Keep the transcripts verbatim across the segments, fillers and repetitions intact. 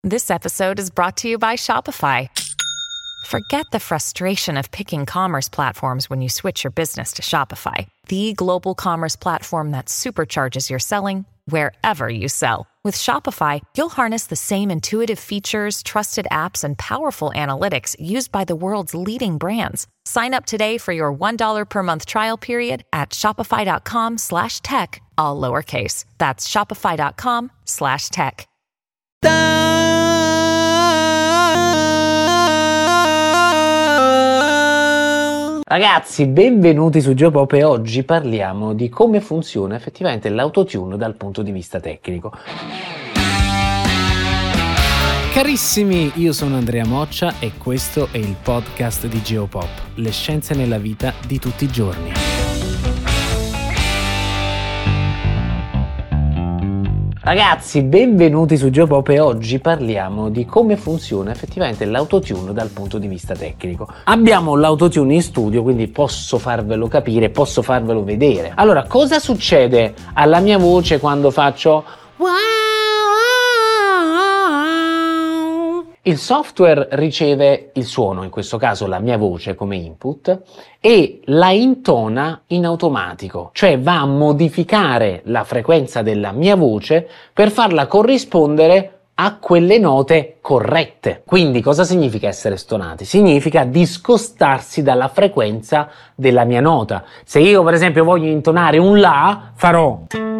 This episode is brought to you by Shopify. Forget the frustration of picking commerce platforms when you switch your business to Shopify, the global commerce platform that supercharges your selling wherever you sell. With Shopify, you'll harness the same intuitive features, trusted apps, and powerful analytics used by the world's leading brands. Sign up today for your one dollar per month trial period at shopify.com slash tech, all lowercase. That's shopify.com slash tech. Ragazzi, benvenuti su Geopop e oggi parliamo di come funziona effettivamente l'autotune dal punto di vista tecnico. Carissimi, io sono Andrea Moccia e questo è il podcast di Geopop, le scienze nella vita di tutti i giorni. Ragazzi, benvenuti su Geopop e oggi parliamo di come funziona effettivamente l'autotune dal punto di vista tecnico. Abbiamo l'autotune in studio, quindi posso farvelo capire, posso farvelo vedere. Allora, cosa succede alla mia voce quando faccio wow? Il software riceve il suono, in questo caso la mia voce come input, e la intona in automatico, cioè va a modificare la frequenza della mia voce per farla corrispondere a quelle note corrette. Quindi cosa significa essere stonati? Significa discostarsi dalla frequenza della mia nota. Se io per esempio voglio intonare un La, farò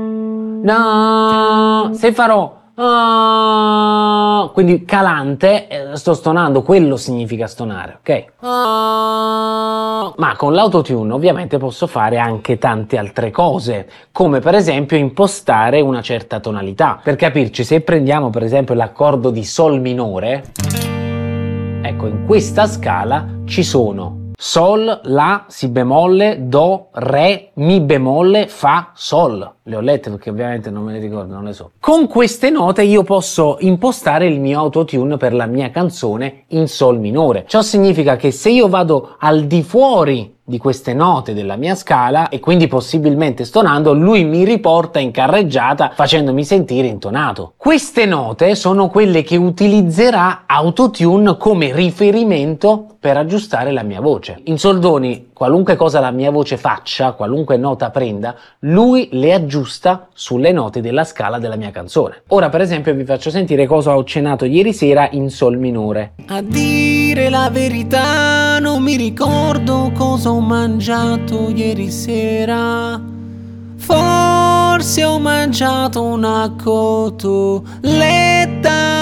no, se farò Ah, quindi calante, eh, sto stonando, quello significa stonare, ok? Ah, ma con l'autotune ovviamente posso fare anche tante altre cose, come per esempio impostare una certa tonalità. Per capirci, se prendiamo per esempio l'accordo di Sol minore, ecco, in questa scala ci sono Sol, La, Si bemolle, Do, Re, Mi bemolle, Fa, Sol. Le ho lette perché ovviamente non me le ricordo, non le so. Con queste note io posso impostare il mio autotune per la mia canzone in Sol minore. Ciò significa che se io vado al di fuori di queste note della mia scala e quindi possibilmente stonando, lui mi riporta in carreggiata facendomi sentire intonato. Queste note sono quelle che utilizzerà autotune come riferimento per aggiustare la mia voce. In soldoni, qualunque cosa la mia voce faccia, qualunque nota prenda, lui le aggiusta sulle note della scala della mia canzone. Ora per esempio vi faccio sentire cosa ho cenato ieri sera in Sol minore. A dire la verità non mi ricordo cosa ho mangiato ieri sera. Forse ho mangiato una cotoletta.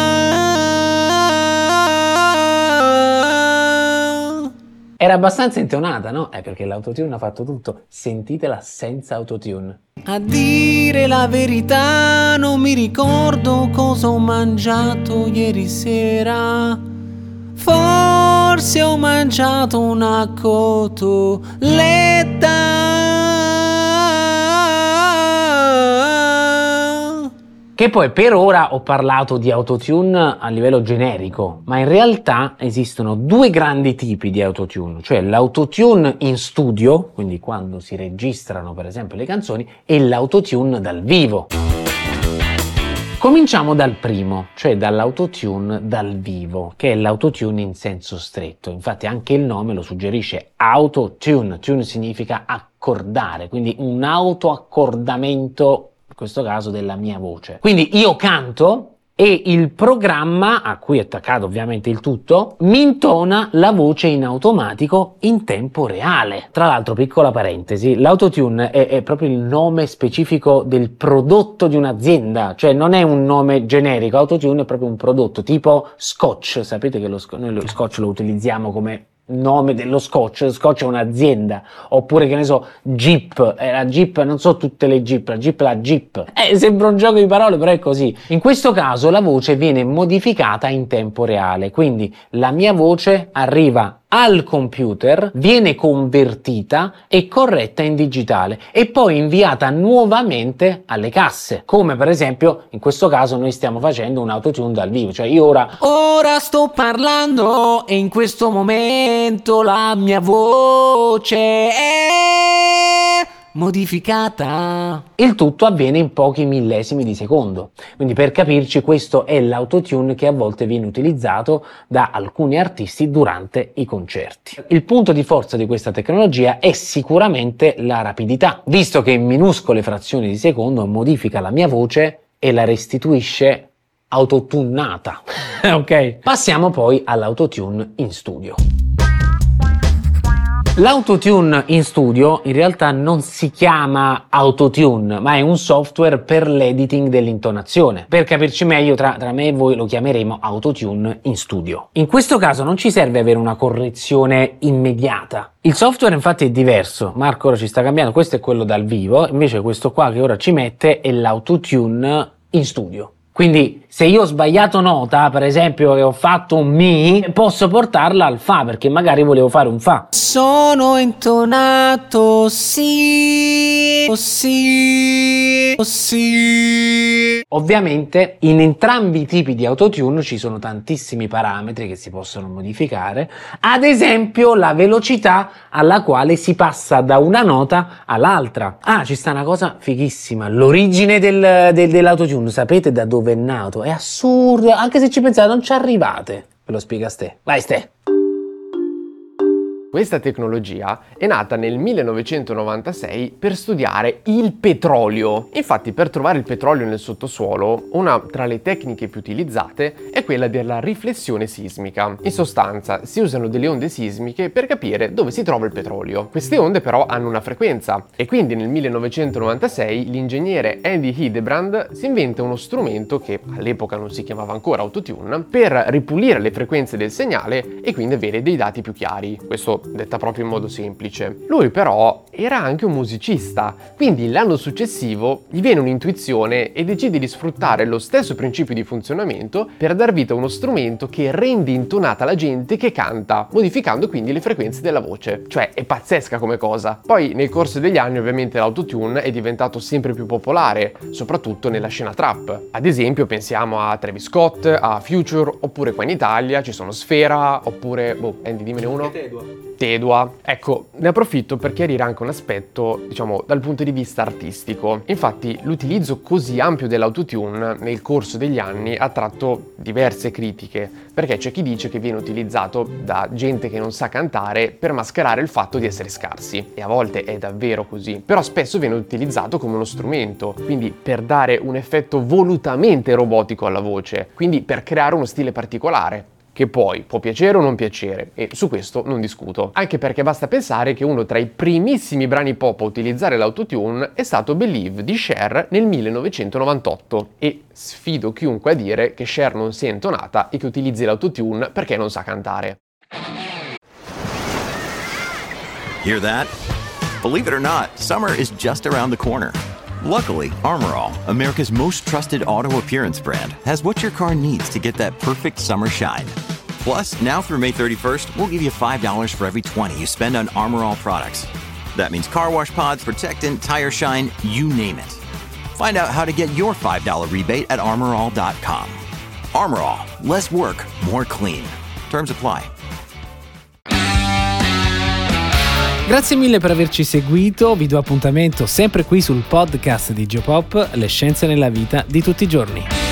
Era abbastanza intonata, no? È perché l'autotune ha fatto tutto. Sentitela senza autotune. A dire la verità non mi ricordo cosa ho mangiato ieri sera. Forse ho mangiato una cotoletta. Che poi per ora ho parlato di autotune a livello generico, ma in realtà esistono due grandi tipi di autotune, cioè l'autotune in studio, quindi quando si registrano per esempio le canzoni, e l'autotune dal vivo. Cominciamo dal primo, cioè dall'autotune dal vivo, che è l'autotune in senso stretto. Infatti anche il nome lo suggerisce, autotune. Tune significa accordare, quindi un autoaccordamento, in questo caso della mia voce. Quindi io canto e il programma, a cui è attaccato ovviamente il tutto, mi intona la voce in automatico in tempo reale. Tra l'altro, piccola parentesi, l'autotune è, è proprio il nome specifico del prodotto di un'azienda, cioè non è un nome generico, autotune è proprio un prodotto, tipo Scotch. Sapete che lo, noi lo Scotch lo utilizziamo come nome dello Scotch, lo Scotch è un'azienda, oppure che ne so, Jeep, eh, la Jeep, non so tutte le Jeep, la Jeep è la Jeep, eh, sembra un gioco di parole però è così. In questo caso la voce viene modificata in tempo reale, quindi la mia voce arriva al computer, viene convertita e corretta in digitale e poi inviata nuovamente alle casse, come per esempio in questo caso noi stiamo facendo un autotune dal vivo, cioè io ora ora sto parlando e in questo momento la mia voce è modificata. Il tutto avviene in pochi millesimi di secondo. Quindi per capirci, questo è l'autotune che a volte viene utilizzato da alcuni artisti durante i concerti. Il punto di forza di questa tecnologia è sicuramente la rapidità, visto che in minuscole frazioni di secondo modifica la mia voce e la restituisce autotunata. Ok? Passiamo poi all'autotune in studio. L'autotune in studio in realtà non si chiama autotune, ma è un software per l'editing dell'intonazione. Per capirci meglio, tra, tra me e voi lo chiameremo autotune in studio. In questo caso non ci serve avere una correzione immediata. Il software infatti è diverso. Marco ora ci sta cambiando, questo è quello dal vivo, invece questo qua che ora ci mette è l'autotune in studio. Quindi se io ho sbagliato nota, per esempio che ho fatto un mi, posso portarla al fa, perché magari volevo fare un fa. Sono intonato sì, oh sì, oh sì. Ovviamente in entrambi i tipi di autotune ci sono tantissimi parametri che si possono modificare, ad esempio la velocità alla quale si passa da una nota all'altra. Ah, ci sta una cosa fighissima, l'origine del, del, dell'autotune, sapete da dove è nato? È assurdo, anche se ci pensate non ci arrivate. Ve lo spiega Ste. Vai Ste. Questa tecnologia è nata nel millenovecentonovantasei per studiare il petrolio. Infatti, per trovare il petrolio nel sottosuolo, una tra le tecniche più utilizzate è quella della riflessione sismica. In sostanza, si usano delle onde sismiche per capire dove si trova il petrolio. Queste onde però hanno una frequenza e quindi nel millenovecentonovantasei l'ingegnere Andy Hildebrand si inventa uno strumento che all'epoca non si chiamava ancora autotune per ripulire le frequenze del segnale e quindi avere dei dati più chiari. Questo detta proprio in modo semplice. Lui però era anche un musicista, quindi l'anno successivo gli viene un'intuizione e decide di sfruttare lo stesso principio di funzionamento per dar vita a uno strumento che rende intonata la gente che canta, modificando quindi le frequenze della voce. Cioè è pazzesca come cosa. Poi nel corso degli anni ovviamente l'autotune è diventato sempre più popolare, soprattutto nella scena trap. Ad esempio pensiamo a Travis Scott, a Future, oppure qua in Italia ci sono Sfera, oppure, boh, Andy dimmene uno. Tedua. Ecco, ne approfitto per chiarire anche un aspetto, diciamo, dal punto di vista artistico. Infatti, l'utilizzo così ampio dell'autotune nel corso degli anni ha attratto diverse critiche, perché c'è chi dice che viene utilizzato da gente che non sa cantare per mascherare il fatto di essere scarsi, e a volte è davvero così, però spesso viene utilizzato come uno strumento, quindi per dare un effetto volutamente robotico alla voce, quindi per creare uno stile particolare, che poi può piacere o non piacere, e su questo non discuto. Anche perché basta pensare che uno tra i primissimi brani pop a utilizzare l'autotune è stato Believe di Cher nel millenovecentonovantotto, e sfido chiunque a dire che Cher non sia intonata e che utilizzi l'autotune perché non sa cantare. Hear that? Believe it or not, summer is just around the corner. Luckily, Armor All, America's most trusted auto appearance brand, has what your car needs to get that perfect summer shine. Plus, now through May thirty-first, we'll give you five dollars for every twenty you spend on Armor All products. That means car wash pods, protectant, tire shine, you name it. Find out how to get your five dollars rebate at armor all dot com. Armor All, less work, more clean. Terms apply. Grazie mille per averci seguito, vi do appuntamento sempre qui sul podcast di Geopop, le scienze nella vita di tutti i giorni.